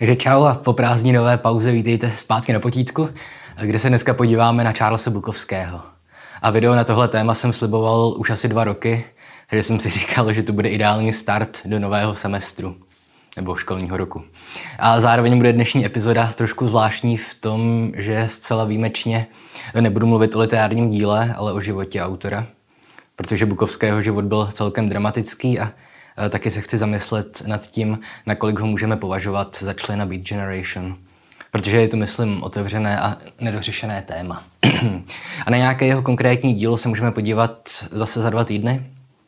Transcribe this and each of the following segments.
Takže čau a po prázdninové pauze vítejte zpátky na potítku, kde se dneska podíváme na Charlese Bukowského. A video na tohle téma jsem sliboval už asi 2 roky, že jsem si říkal, že to bude ideální start do nového semestru nebo školního roku. A zároveň bude dnešní epizoda trošku zvláštní v tom, že zcela výjimečně nebudu mluvit o literárním díle, ale o životě autora, protože Bukowského život byl celkem dramatický a taky se chci zamyslet nad tím, nakolik ho můžeme považovat za člena Beat Generation. Protože je to, myslím, otevřené a nedořešené téma. A na nějaké jeho konkrétní dílo se můžeme podívat zase za 2 týdny.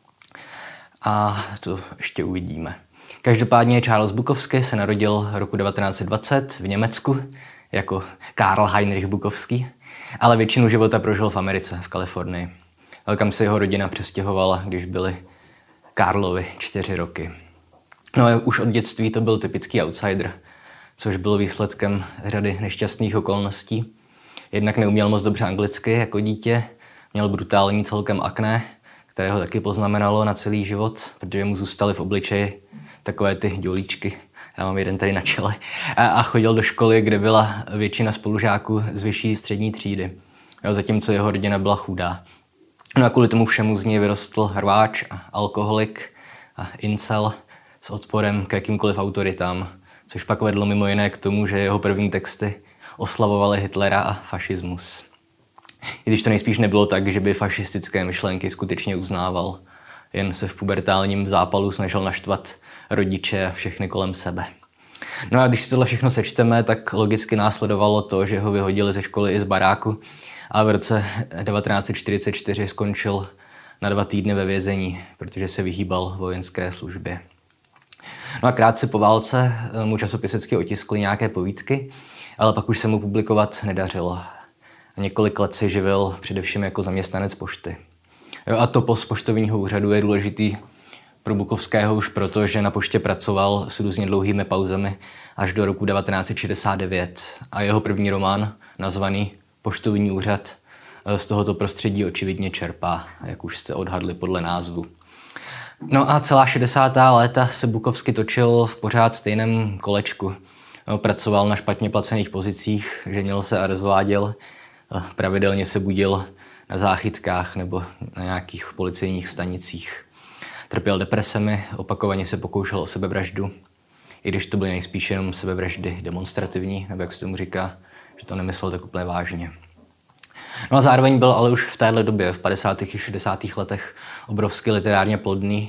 A to ještě uvidíme. Každopádně Charles Bukowski se narodil roku 1920 v Německu jako Karl Heinrich Bukowski, ale většinu života prožil v Americe, v Kalifornii, kam se jeho rodina přestěhovala, když byli Karlovi 4 roky. No a už od dětství to byl typický outsider, což bylo výsledkem řady nešťastných okolností. Jednak neuměl moc dobře anglicky jako dítě, měl brutální celkem akné, které ho taky poznamenalo na celý život, protože mu zůstaly v obličeji takové ty dělíčky. Já mám jeden tady na čele. A chodil do školy, kde byla většina spolužáků z vyšší střední třídy, zatímco jeho rodina byla chudá. No a kvůli tomu všemu z něj vyrostl hrváč a alkoholik a incel s odporem k jakýmkoliv autoritám, což pak vedlo mimo jiné k tomu, že jeho první texty oslavovaly Hitlera a fašismus. I když to nejspíš nebylo tak, že by fašistické myšlenky skutečně uznával, jen se v pubertálním zápalu snažil naštvat rodiče a všechny kolem sebe. No a když si tohle všechno sečteme, tak logicky následovalo to, že ho vyhodili ze školy i z baráku a v roce 1944 skončil na 2 týdny ve vězení, protože se vyhýbal vojenské službě. No a krátce po válce mu časopisecky otiskli nějaké povídky, ale pak už se mu publikovat nedařilo. Několik let se živil především jako zaměstnanec pošty. A to post poštovního úřadu je důležitý pro Bukowského už proto, že na poště pracoval s různě dlouhými pauzami až do roku 1969 a jeho první román, nazvaný Poštovní úřad, z tohoto prostředí očividně čerpá, jak už jste odhadli podle názvu. No a celá 60. léta se Bukowski točil v pořád stejném kolečku. Pracoval na špatně placených pozicích, ženil se a rozváděl, pravidelně se budil na záchytkách nebo na nějakých policejních stanicích. Trpěl depresemi, opakovaně se pokoušel o sebevraždu, i když to byly nejspíš jenom sebevraždy demonstrativní, nebo jak se tomu říká, že to nemyslel tak úplně vážně. No a zároveň byl ale už v téhle době, v 50. a 60. letech, obrovsky literárně plodný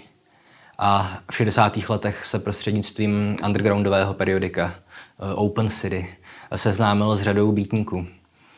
a v 60. letech se prostřednictvím undergroundového periodika Open City seznámil s řadou beatníků.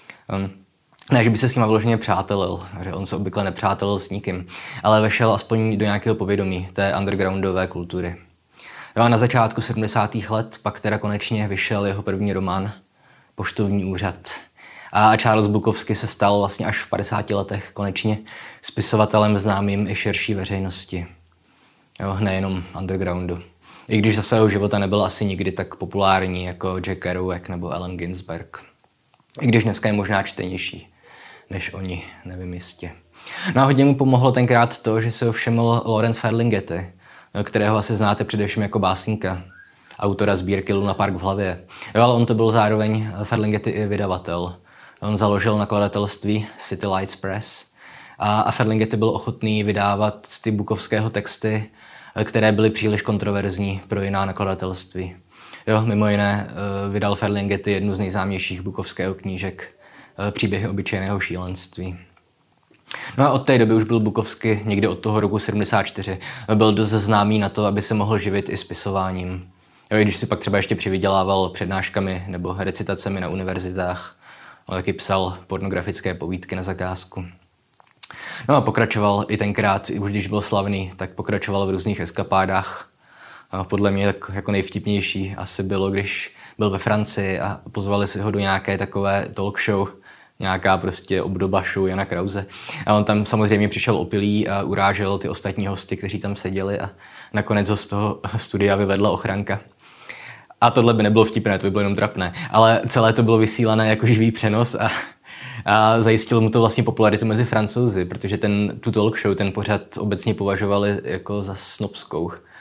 Ne, že by se s nima vloženě přátelil, že on se obvykle nepřátelil s nikým, ale vešel aspoň do nějakého povědomí té undergroundové kultury. Jo, a na začátku 70. let pak teda konečně vyšel jeho první román Poštovní úřad. A Charles Bukowski se stal vlastně až v 50 letech konečně spisovatelem známým i širší veřejnosti. Jo, nejenom undergroundu. I když za svého života nebyl asi nikdy tak populární jako Jack Kerouac nebo Allen Ginsberg. I když dneska je možná čtenější než oni, nevím jistě. No a hodně mu pomohlo tenkrát to, že se ho všiml Lawrence Ferlinghetti, kterého asi znáte především jako básníka, autora sbírky Luna Park v hlavě. Jo, ale on to byl zároveň Ferlinghetti i vydavatel. On založil nakladatelství City Lights Press a Ferlinghetti byl ochotný vydávat ty Bukowského texty, které byly příliš kontroverzní pro jiná nakladatelství. Jo, mimo jiné vydal Ferlinghetti jednu z nejznámějších Bukowského knížek Příběhy obyčejného šílenství. No a od té doby už byl Bukowski někdy od toho roku 74. Byl dost známý na to, aby se mohl živit i spisováním. Jo, i když si pak třeba ještě přivydělával přednáškami nebo recitacemi na univerzitách, ale taky psal pornografické povídky na zakázku. No a pokračoval i tenkrát, i už když byl slavný, tak pokračoval v různých eskapádách. A podle mě tak jako nejvtipnější asi bylo, když byl ve Francii a pozvali si ho do nějaké takové talk show, nějaká prostě obdoba show Jana Krause. A on tam samozřejmě přišel opilý a urážel ty ostatní hosty, kteří tam seděli a nakonec ho z toho studia vyvedla ochranka. A tohle by nebylo vtipné, to by bylo jenom trapné, ale celé to bylo vysílané jako živý přenos a zajistil mu to vlastně popularitu mezi Francouzi, protože tu talk show, ten pořad obecně považovali jako za snobskou.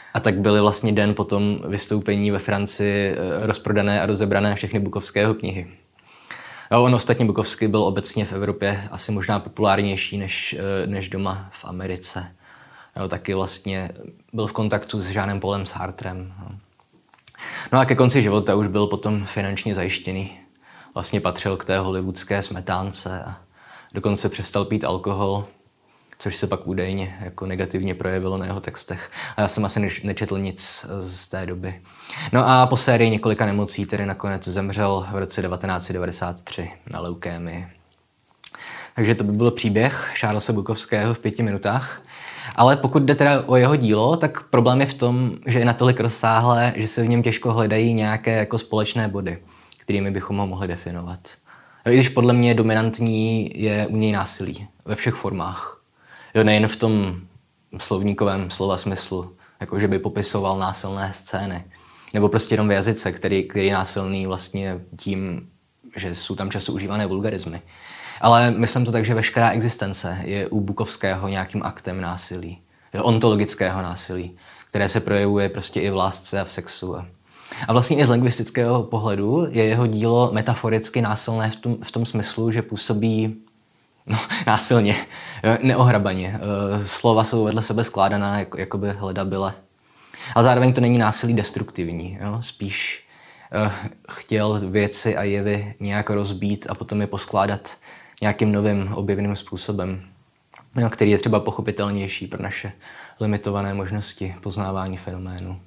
A tak byly vlastně den po tom vystoupení ve Francii rozprodané a rozebrané všechny Bukovského knihy. A on ostatně Bukovský byl obecně v Evropě asi možná populárnější než doma v Americe. Jo, taky vlastně byl v kontaktu s Jeanem Paulem Sartrem. No a ke konci života už byl potom finančně zajištěný. Vlastně patřil k té hollywoodské smetánce a dokonce přestal pít alkohol, což se pak údajně jako negativně projevilo na jeho textech. A já jsem asi nečetl nic z té doby. No a po sérii několika nemocí tedy nakonec zemřel v roce 1993 na leukémii. Takže to by byl příběh Charlese Bukowského v 5 minutách. Ale pokud jde teda o jeho dílo, tak problém je v tom, že je natolik rozsáhlé, že se v něm těžko hledají nějaké jako společné body, kterými bychom ho mohli definovat. I když podle mě dominantní je u něj násilí ve všech formách. Jo, nejen v tom slovníkovém slova smyslu, jako že by popisoval násilné scény, nebo prostě jenom v jazyce, který je násilný vlastně tím, že jsou tam často užívané vulgarizmy. Ale myslím to tak, že veškerá existence je u Bukovského nějakým aktem násilí, ontologického násilí, které se projevuje prostě i v lásce a v sexu. A vlastně i z lingvistického pohledu je jeho dílo metaforicky násilné v tom smyslu, že působí násilně, neohrabaně. Slova jsou vedle sebe skládaná, jako by hledabyle. A zároveň to není násilí destruktivní. Jo? Spíš chtěl věci a jevy nějak rozbít a potom je poskládat nějakým novým objevným způsobem, který je třeba pochopitelnější pro naše limitované možnosti poznávání fenoménu.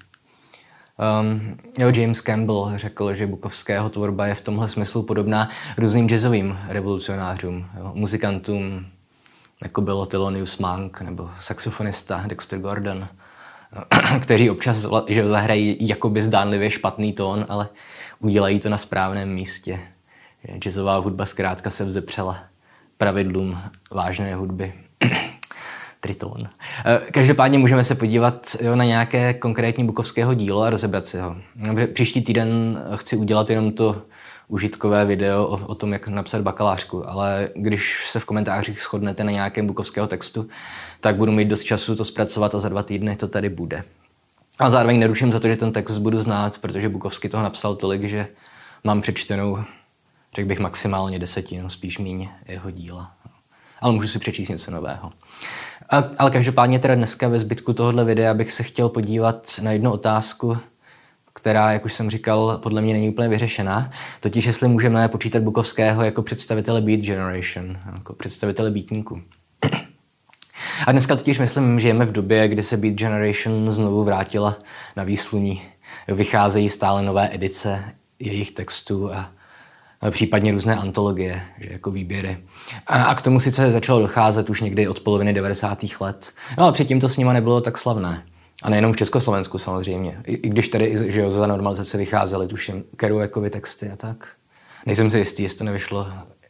James Campbell řekl, že Bukovského tvorba je v tomhle smyslu podobná různým jazzovým revolucionářům, muzikantům, jako byl Thelonious Monk nebo saxofonista Dexter Gordon, kteří občas že zahrají jakoby zdánlivě špatný tón, ale udělají to na správném místě. Jazzová hudba zkrátka se vzepřela pravidlům vážné hudby. Tritón. Každopádně můžeme se podívat na nějaké konkrétní Bukovského dílo a rozebrat si ho. Příští týden chci udělat jenom to užitkové video o tom, jak napsat bakalářku, ale když se v komentářích shodnete na nějakém Bukovského textu, tak budu mít dost času to zpracovat a za 2 týdny to tady bude. A zároveň neruším za to, že ten text budu znát, protože Bukovský toho napsal tolik, že mám přečtenou, řekl bych maximálně 10, spíš míň jeho díla. Ale můžu si přečíst něco nového. Ale každopádně teda dneska ve zbytku tohohle videa bych se chtěl podívat na jednu otázku, která, jak už jsem říkal, podle mě není úplně vyřešená. Totiž, jestli můžeme počítat Bukovského jako představitele Beat Generation, jako představitele beatníků. A dneska totiž myslím, že žijeme v době, kdy se Beat Generation znovu vrátila na výsluní. Vycházejí stále nové edice jejich textů a případně různé antologie, že jako výběry. A k tomu sice začalo docházet už někdy od poloviny 90. let, no ale předtím to s nima nebylo tak slavné. A nejenom v Československu samozřejmě. I když tady, že jo, za normalizace vycházely tuším Kerouakovy texty a tak. Nejsem si jistý, jestli to nevyšlo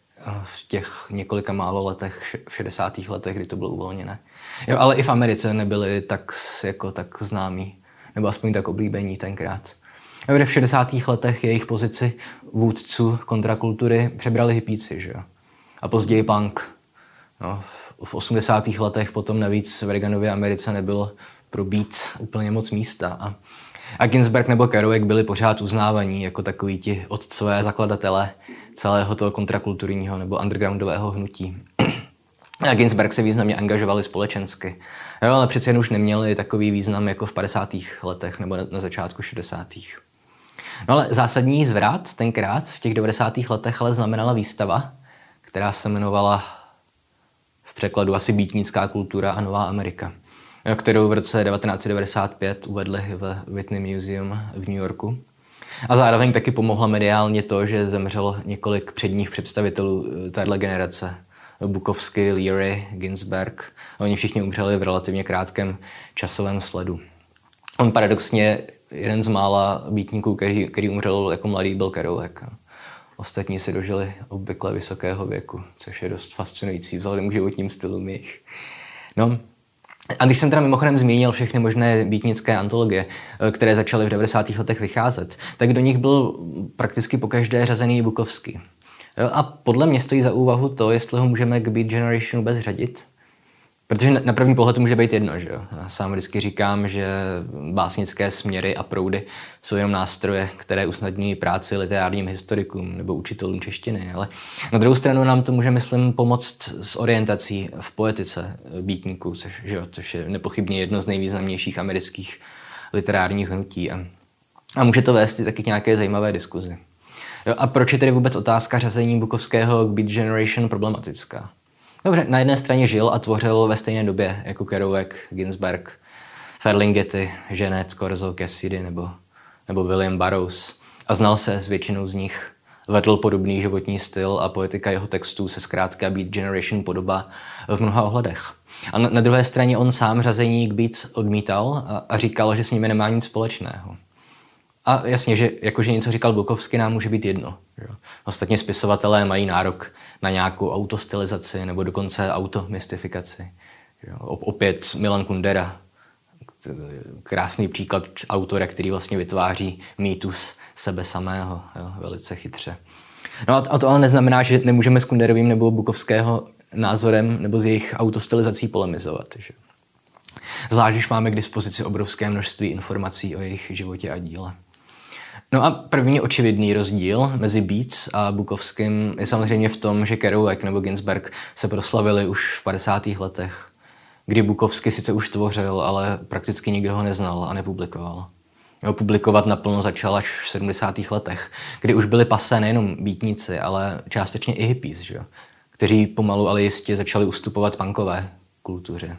v těch několika málo letech, v 60. letech, kdy to bylo uvolněné. Jo, ale i v Americe nebyli tak známí, nebo aspoň tak oblíbení tenkrát. V 60. letech jejich pozici vůdců kontrakultury přebrali hippíci, že jo? A později punk. No, v 80. letech potom navíc v Reaganově Americe nebylo pro beat úplně moc místa. A Ginsberg nebo Kerouac byli pořád uznávaní jako takoví ti otcové zakladatelé celého toho kontrakulturního nebo undergroundového hnutí. A Ginsberg se významně angažovali společensky. Jo, ale přece jen už neměli takový význam jako v 50. letech nebo na začátku 60. No ale zásadní zvrat tenkrát v těch 90. letech ale znamenala výstava, která se jmenovala v překladu asi Beatnická kultura a Nová Amerika, kterou v roce 1995 uvedli v Whitney Museum v New Yorku. A zároveň taky pomohla mediálně to, že zemřelo několik předních představitelů téhle generace. Bukovský, Leary, Ginsberg. Oni všichni umřeli v relativně krátkém časovém sledu. On paradoxně jeden z mála beatníků, který umřel jako mladý, byl Kerouac. Ostatní si dožili obvykle vysokého věku, což je dost fascinující vzhledem k životním stylům jejich. No, a když jsem teda mimochodem zmínil všechny možné beatnické antologie, které začaly v 90. letech vycházet, tak do nich byl prakticky pokaždé řazený Bukovský. A podle mě stojí za úvahu to, jestli ho můžeme k Beat Generation vůbec řadit. Protože na první pohled to může být jedno, že jo. Já sám vždycky říkám, že básnické směry a proudy jsou jenom nástroje, které usnadní práci literárním historikům nebo učitelům češtiny, ale na druhou stranu nám to může, myslím, pomoct s orientací v poetice býtníků, což je nepochybně jedno z nejvýznamnějších amerických literárních hnutí a může to vést i taky k nějaké zajímavé diskuzi. Jo, a proč je tedy vůbec otázka řazení Bukovského k Beat Generation problematická? Dobře, na jedné straně žil a tvořil ve stejné době jako Kerouac, Ginsberg, Ferlinghetti, Jeanette, Corzo, Cassidy nebo William Burroughs a znal se s většinou z nich. Vedl podobný životní styl a poetika jeho textů se zkrátka Beat Generation podobá v mnoha ohledech. A na druhé straně on sám řazení k Beats odmítal a říkal, že s nimi nemá nic společného. A jasně, že jakože něco říkal Bukovský, nám může být jedno. Že? Ostatně spisovatelé mají nárok na nějakou autostylizaci nebo dokonce automystifikaci. Že? Opět Milan Kundera, krásný příklad autora, který vlastně vytváří mýtus sebe samého, jo? Velice chytře. No a to ale neznamená, že nemůžeme s Kunderovým nebo Bukovského názorem nebo z jejich autostylizací polemizovat. Že? Zvlášť, když máme k dispozici obrovské množství informací o jejich životě a díle. No a první očividný rozdíl mezi Beats a Bukovským je samozřejmě v tom, že Kerouac nebo Ginsberg se proslavili už v 50. letech, kdy Bukovský sice už tvořil, ale prakticky nikdo ho neznal a nepublikoval. Publikovat naplno začal až v 70. letech, kdy už byli pasé nejenom beatníci, ale částečně i hippies, že? Kteří pomalu, ale jistě začali ustupovat punkové kultuře.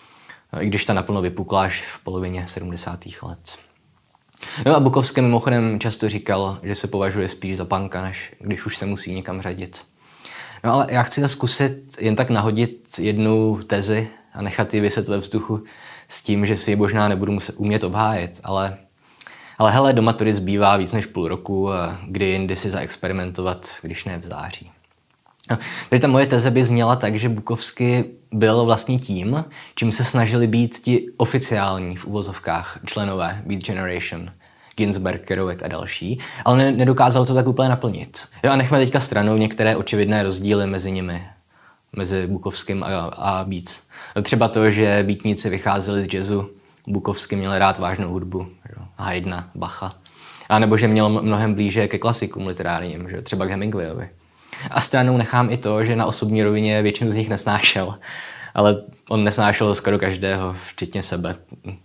I když ta naplno vypukla až v polovině 70. let. No a Bukovský mimochodem často říkal, že se považuje spíš za punka, než když už se musí někam řadit. No ale já chci zkusit jen tak nahodit jednu tezi a nechat ji vyset ve vzduchu s tím, že si ji možná nebudu umět obhájit, ale hele, do maturit zbývá víc než půl roku a kdy jindy si zaexperimentovat, když ne v září. No, tady ta moje teze by zněla tak, že Bukovský byl vlastně tím, čím se snažili být ti oficiální v uvozovkách členové Beat Generation, Ginsberg, Kerouac a další, ale nedokázal to tak úplně naplnit. Jo, a nechme teďka stranou některé očividné rozdíly mezi nimi, mezi Bukovským a Beats. Třeba to, že beatníci vycházeli z jazzu, Bukovský měl rád vážnou hudbu, Haydna, Bacha, a nebo že měl mnohem blíže ke klasikům literárním, že? Třeba k Hemingwayovi. A stranou nechám i to, že na osobní rovině většinu z nich nesnášel. Ale on nesnášel skoro každého, včetně sebe.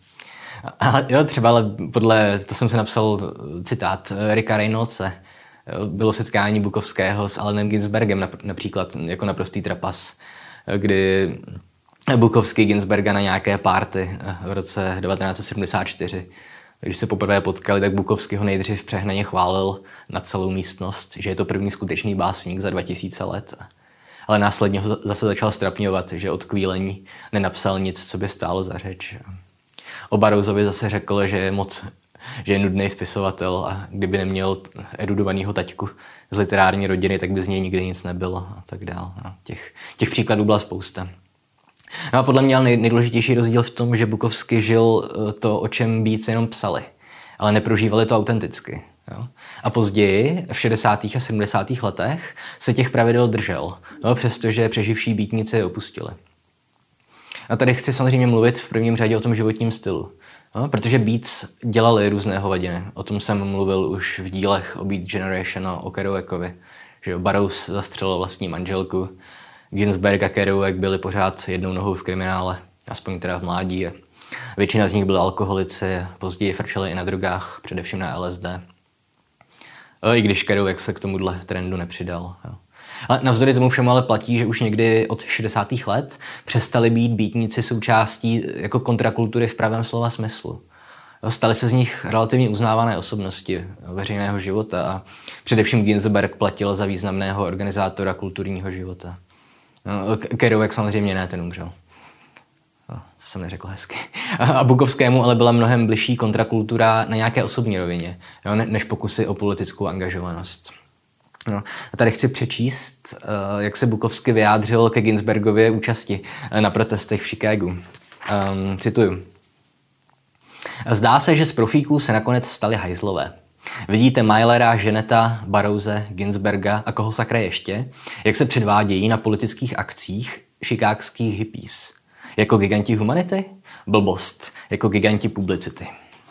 Ale jo, třeba to jsem si napsal citát Ricka Reynoldse. Bylo setkání Bukovského s Allenem Ginsbergem například jako naprostý trapas, kdy Bukovský Ginsberga na nějaké party v roce 1974. Když se poprvé potkali, tak Bukovský ho nejdřív přehnaně chválil na celou místnost, že je to první skutečný básník za 2000 let. Ale následně ho zase začal strapňovat, že od kvílení nenapsal nic, co by stálo za řeč. O Burroughsovi zase řekl, že je nudný spisovatel a kdyby neměl erudovanýho taťku z literární rodiny, tak by z něj nikdy nic nebylo a tak dál. Těch příkladů byla spousta. No a podle mě nejdůležitější rozdíl v tom, že Bukovský žil to, o čem Beats jenom psali, ale neprožívali to autenticky. Jo? A později, v 60. a 70. letech, se těch pravidel držel, přestože přeživší beatníci je opustili. A tady chci samozřejmě mluvit v prvním řadě o tom životním stylu, protože Beats dělali různé hovadiny. O tom jsem mluvil už v dílech o Beat Generation a o Kerouacovi, že Burroughs zastřelil vlastní manželku, Ginsberg a Kerouac byli pořád jednou nohou v kriminále, aspoň teda v mládí. Většina z nich byli alkoholici, později frčeli i na drogách, především na LSD. I když Kerouac se k tomuhle trendu nepřidal. Jo. Ale navzdory tomu všemu ale platí, že už někdy od 60. let přestali být beatníci součástí jako kontrakultury v pravém slova smyslu. Stali se z nich relativně uznávané osobnosti veřejného života a především Ginsberg platil za významného organizátora kulturního života. Kerouac samozřejmě ne, ten umřel. To jsem neřekl hezky. A Bukovskému ale byla mnohem bližší kontrakultura na nějaké osobní rovině, než pokusy o politickou angažovanost. No. A tady chci přečíst, jak se Bukovský vyjádřil ke Ginsbergově účasti na protestech v Chicagu. Cituju. Zdá se, že z profíků se nakonec stali hajzlové. Vidíte Mailera, Jeanetta, Burroughse, Ginsberga a koho sakra ještě, jak se předvádějí na politických akcích chicagských hippies. Jako giganti humanity? Blbost. Jako giganti publicity.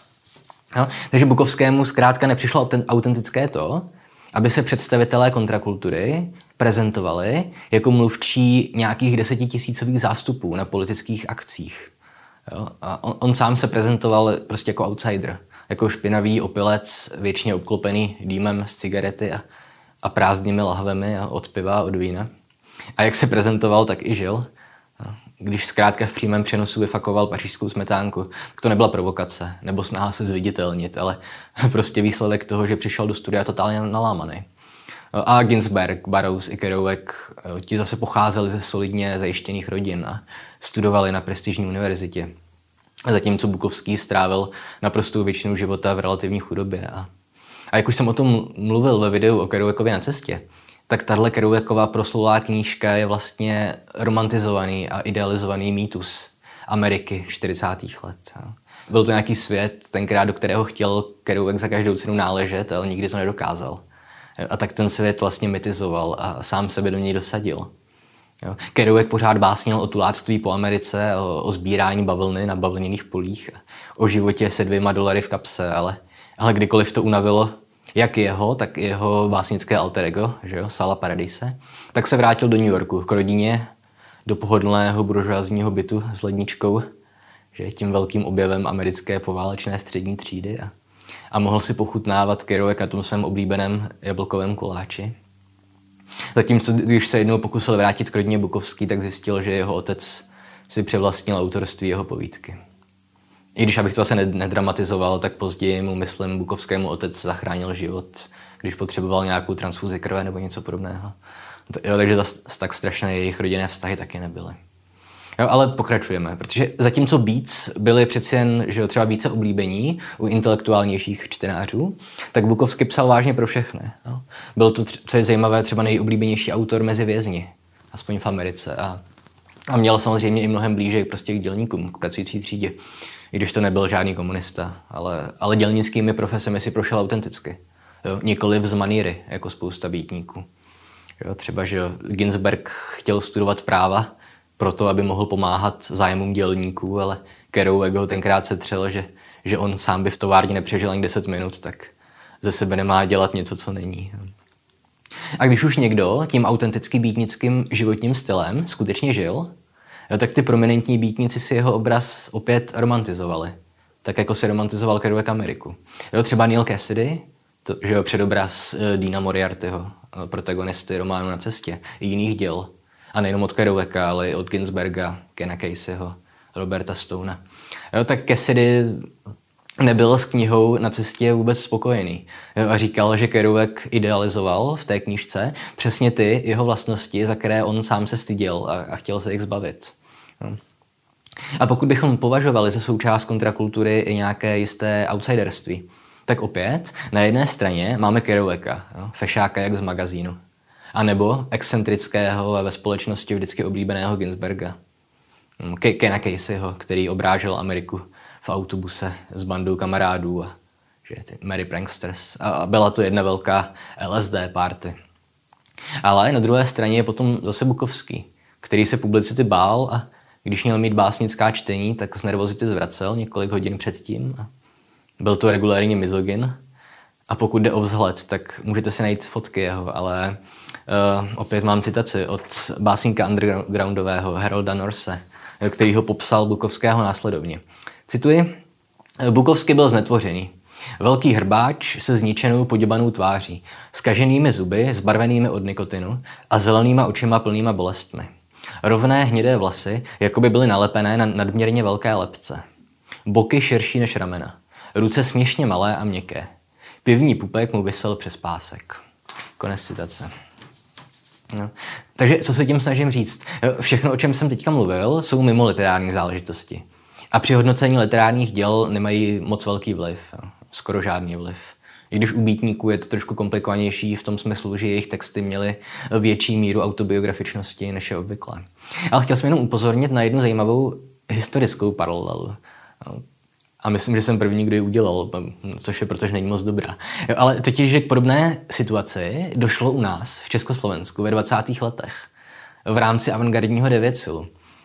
No, takže Bukovskému zkrátka nepřišlo autentické to, aby se představitelé kontrakultury prezentovali jako mluvčí nějakých 10 000 zástupů na politických akcích. Jo? A on sám se prezentoval prostě jako outsider, jako špinavý opilec, věčně obklopený dýmem z cigarety a prázdnými lahvemi od piva, od vína. A jak se prezentoval, tak i žil. Když zkrátka v přímém přenosu vyfakoval pařížskou smetánku, tak to nebyla provokace nebo snaha se zviditelnit, ale prostě výsledek toho, že přišel do studia totálně nalámaný. A Ginsberg, Burroughs i Kerouac, ti zase pocházeli ze solidně zajištěných rodin a studovali na prestižní univerzitě. Zatímco Bukovský strávil naprostou většinu života v relativní chudobě. A jak už jsem o tom mluvil ve videu o Kerouacovi na cestě, tak tahle Kerouacova proslulá knížka je vlastně romantizovaný a idealizovaný mýtus Ameriky 40. let. Byl to nějaký svět, tenkrát do kterého chtěl Kerouac za každou cenu náležet, ale nikdy to nedokázal. A tak ten svět vlastně mytizoval a sám sebe do něj dosadil. Kerouac pořád básnil o tuláctví po Americe, o sbírání bavlny na bavlněných polích, o životě se $2 v kapse, ale kdykoliv to unavilo jak jeho, tak i jeho básnické alter ego, že jo, Sala Paradise, tak se vrátil do New Yorku k rodině, do pohodlného buržoazního bytu s ledničkou, že tím velkým objevem americké poválečné střední třídy a mohl si pochutnávat Kerouac na tom svém oblíbeném jablkovém koláči. Zatímco když se jednou pokusil vrátit k rodině Bukovský, tak zjistil, že jeho otec si převlastnil autorství jeho povídky. I když abych to zase nedramatizoval, tak později mu, myslím, Bukovskému otec zachránil život, když potřeboval nějakou transfuzi krve nebo něco podobného. Takže tak strašné jejich rodinné vztahy taky nebyly. Jo, ale pokračujeme, protože zatímco Beats byli přeci jen že třeba více oblíbení u intelektuálnějších čtenářů, tak Bukovský psal vážně pro všechny. Jo. Byl to, co je zajímavé, třeba nejoblíbenější autor mezi vězni, aspoň v Americe. A měl samozřejmě i mnohem blíže prostě k dělníkům, k pracující třídě. I když to nebyl žádný komunista, ale dělnickými profesemi si prošel autenticky. Jo, nikoliv z maníry, jako spousta býtníků. Jo, třeba, že Ginsberg chtěl studovat práva proto, aby mohl pomáhat zájmům dělníků, ale Kerouac ho tenkrát setřel, že on sám by v továrně nepřežil ani 10 minut, tak ze sebe nemá dělat něco, co není. A když už někdo tím autenticky býtnickým životním stylem skutečně žil, tak ty prominentní býtníci si jeho obraz opět romantizovali. Tak jako se romantizoval Kerouac Ameriku. Jo, třeba Neil Cassidy, že jo, předobraz Deana Moriartyho, protagonisty románu Na cestě, i jiných děl. A nejenom od Kerouaca, ale i od Ginsberga, Kena Caseyho, Roberta Stona. Jo, tak Cassidy nebyl s knihou Na cestě vůbec spokojený. Jo, a říkal, že Kerouac idealizoval v té knížce přesně ty jeho vlastnosti, za které on sám se styděl a chtěl se jich zbavit. Jo. A pokud bychom považovali za součást kontrakultury i nějaké jisté outsiderství, tak opět na jedné straně máme Kerouaca, fešáka jak z magazínu. A nebo excentrického a ve společnosti vždycky oblíbeného Ginsberga. Kena Caseyho, který obrážel Ameriku v autobuse s bandou kamarádů a že ty Merry Pranksters. A byla to jedna velká LSD party. Ale na druhé straně je potom zase Bukovský, který se publicity bál a když měl mít básnická čtení, tak z nervozity zvracel několik hodin předtím. Byl to regulární mizogyn. A pokud jde o vzhled, tak můžete si najít fotky jeho, ale opět mám citaci od básníka undergroundového Harolda Norse, který ho popsal Bukovského následovně. Cituji: Bukovský byl znetvořený. Velký hrbáč se zničenou poděbanou tváří, zkaženými zuby, zbarvenými od nikotinu a zelenýma očima plnýma bolestmi. Rovné hnědé vlasy, jako by byly nalepené na nadměrně velké lepce. Boky širší než ramena. Ruce směšně malé a měkké. Pivní pupek mu visel přes pásek. Konec citace. No. Takže co se tím snažím říct? Všechno, o čem jsem teďka mluvil, jsou mimo literární záležitosti. A při hodnocení literárních děl nemají moc velký vliv. Skoro žádný vliv. I když u býtníků je to trošku komplikovanější v tom smyslu, že jejich texty měly větší míru autobiografičnosti než je obvykle. Ale chtěl jsem jenom upozornit na jednu zajímavou historickou paralelu. A myslím, že jsem první, kdo ji udělal, což je protože není moc dobrá. Ale totiž, že k podobné situaci došlo u nás v Československu ve 20. letech v rámci avantgardního devětsilu.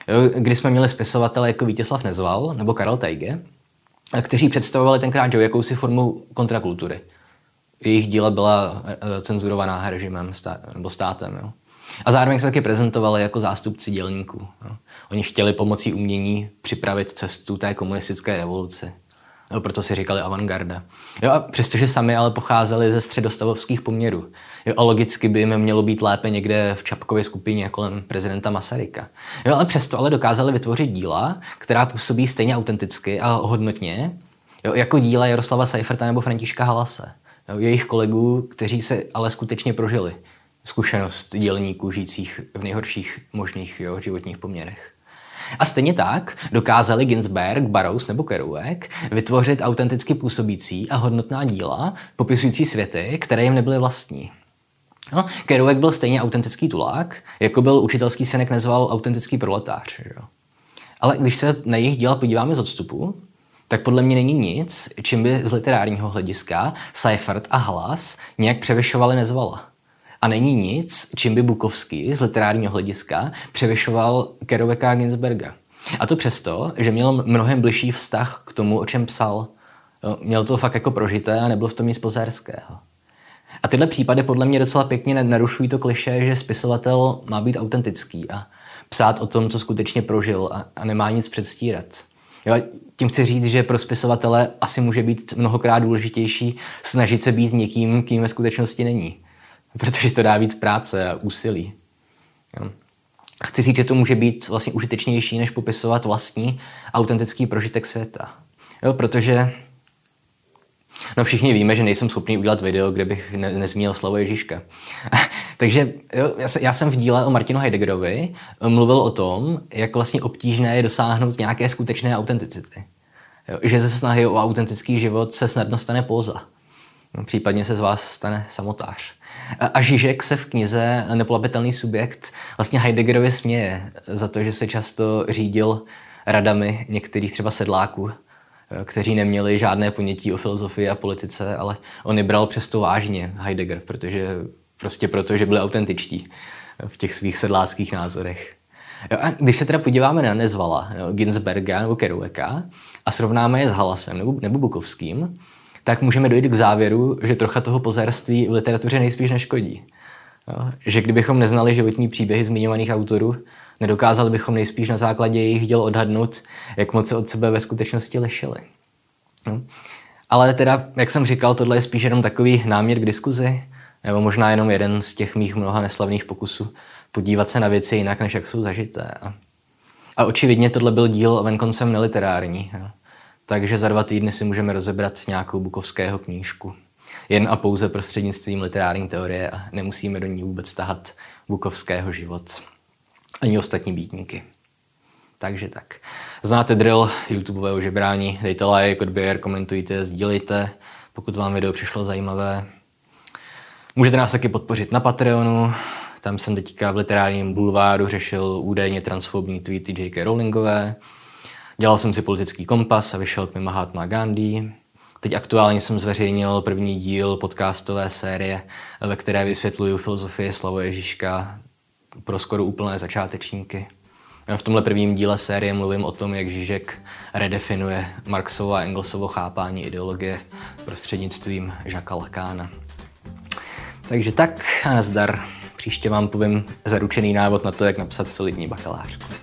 kdy jsme měli spisovatele jako Vítězslav Nezval nebo Karel Teige, kteří představovali tenkrát jakousi formu kontrakultury. Jejich díla byla cenzurovaná režimem nebo státem. Jo. A zároveň se taky prezentovali jako zástupci dělníků. Jo. Oni chtěli pomocí umění připravit cestu té komunistické revoluci. Jo, proto si říkali avantgarda. Jo, a přestože sami ale pocházeli ze středostavovských poměrů. Jo, a logicky by jim mělo být lépe někde v Čapkově skupině kolem prezidenta Masaryka. Jo, ale přesto ale dokázali vytvořit díla, která působí stejně autenticky a hodnotně, jo, jako díla Jaroslava Seiferta nebo Františka Halase. Jo, jejich kolegů, kteří se ale skutečně prožili zkušenost dělníků žijících v nejhorších možných životních poměrech. A stejně tak dokázali Ginsberg, Burroughs nebo Kerouac vytvořit autenticky působící a hodnotná díla, popisující světy, které jim nebyly vlastní. No, Kerouac byl stejně autentický tulák, jako byl učitelský synek Nezval autentický proletář. Jo. Ale když se na jejich díla podíváme z odstupu, tak podle mě není nic, čím by z literárního hlediska Seifert a Halas nějak převyšovali Nezvala. A není nic, čím by Bukovský z literárního hlediska převyšoval Kerouaca a Ginsberga. A to přesto, že měl mnohem bližší vztah k tomu, o čem psal. Měl to fakt jako prožité a nebylo v tom nic pozérského. A tyhle případy podle mě docela pěkně narušují to klišé, že spisovatel má být autentický a psát o tom, co skutečně prožil a nemá nic předstírat. Jo, tím chci říct, že pro spisovatele asi může být mnohokrát důležitější snažit se být někým, kým ve skutečnosti není. Protože to dá víc práce a úsilí. Jo. Chci říct, že to může být vlastně užitečnější, než popisovat vlastní autentický prožitek světa. Jo, protože všichni víme, že nejsem schopný udělat video, kde bych nezmínil slovo Ježíška. Takže jo, já jsem v díle o Martinu Heideggerovi mluvil o tom, jak vlastně obtížné je dosáhnout nějaké skutečné autenticity. Jo, že ze snahy o autentický život se snadno stane póza. No, případně se z vás stane samotář. A Žižek se v knize Nepolapitelný subjekt vlastně Heideggerovi směje za to, že se často řídil radami některých třeba sedláků, kteří neměli žádné ponětí o filozofii a politice, ale on je bral přesto vážně Heidegger, protože byli autentičtí v těch svých sedláckých názorech. A když se teda podíváme na Nezvala, Ginsberga nebo Kerouaca a srovnáme je s Halasem nebo Bukovským, tak můžeme dojít k závěru, že trocha toho pozérství v literatuře nejspíš neškodí. Že kdybychom neznali životní příběhy zmiňovaných autorů, nedokázali bychom nejspíš na základě jejich děl odhadnout, jak moc se od sebe ve skutečnosti lišili. Ale teda, jak jsem říkal, tohle je spíš jenom takový námět k diskuzi, nebo možná jenom jeden z těch mých mnoha neslavných pokusů podívat se na věci jinak, než jak jsou zažité. A očividně tohle byl díl venkoncem neliterární. Takže za 2 týdny si můžeme rozebrat nějakou Bukovského knížku. Jen a pouze prostřednictvím literární teorie a nemusíme do ní vůbec tahat Bukovského život. Ani ostatní býtníky. Takže tak. Znáte drill YouTubeového žebrání. Dejte like, odběr, komentujte, sdílejte, pokud vám video přišlo zajímavé. Můžete nás taky podpořit na Patreonu. Tam jsem teďka v literárním bulváru řešil údajně transfobní tweety J.K. Rowlingové. Dělal jsem si politický kompas a vyšel mi Mahatma Gandhi. Teď aktuálně jsem zveřejnil první díl podcastové série, ve které vysvětluju filozofii Slavoje Žižka pro skoro úplné začátečníky. V tomhle prvním díle série mluvím o tom, jak Žižek redefinuje Marxovo a Engelsovo chápání ideologie prostřednictvím Jacquesa Lacana. Takže tak a nazdar. Příště vám povím zaručený návod na to, jak napsat solidní bakalářku.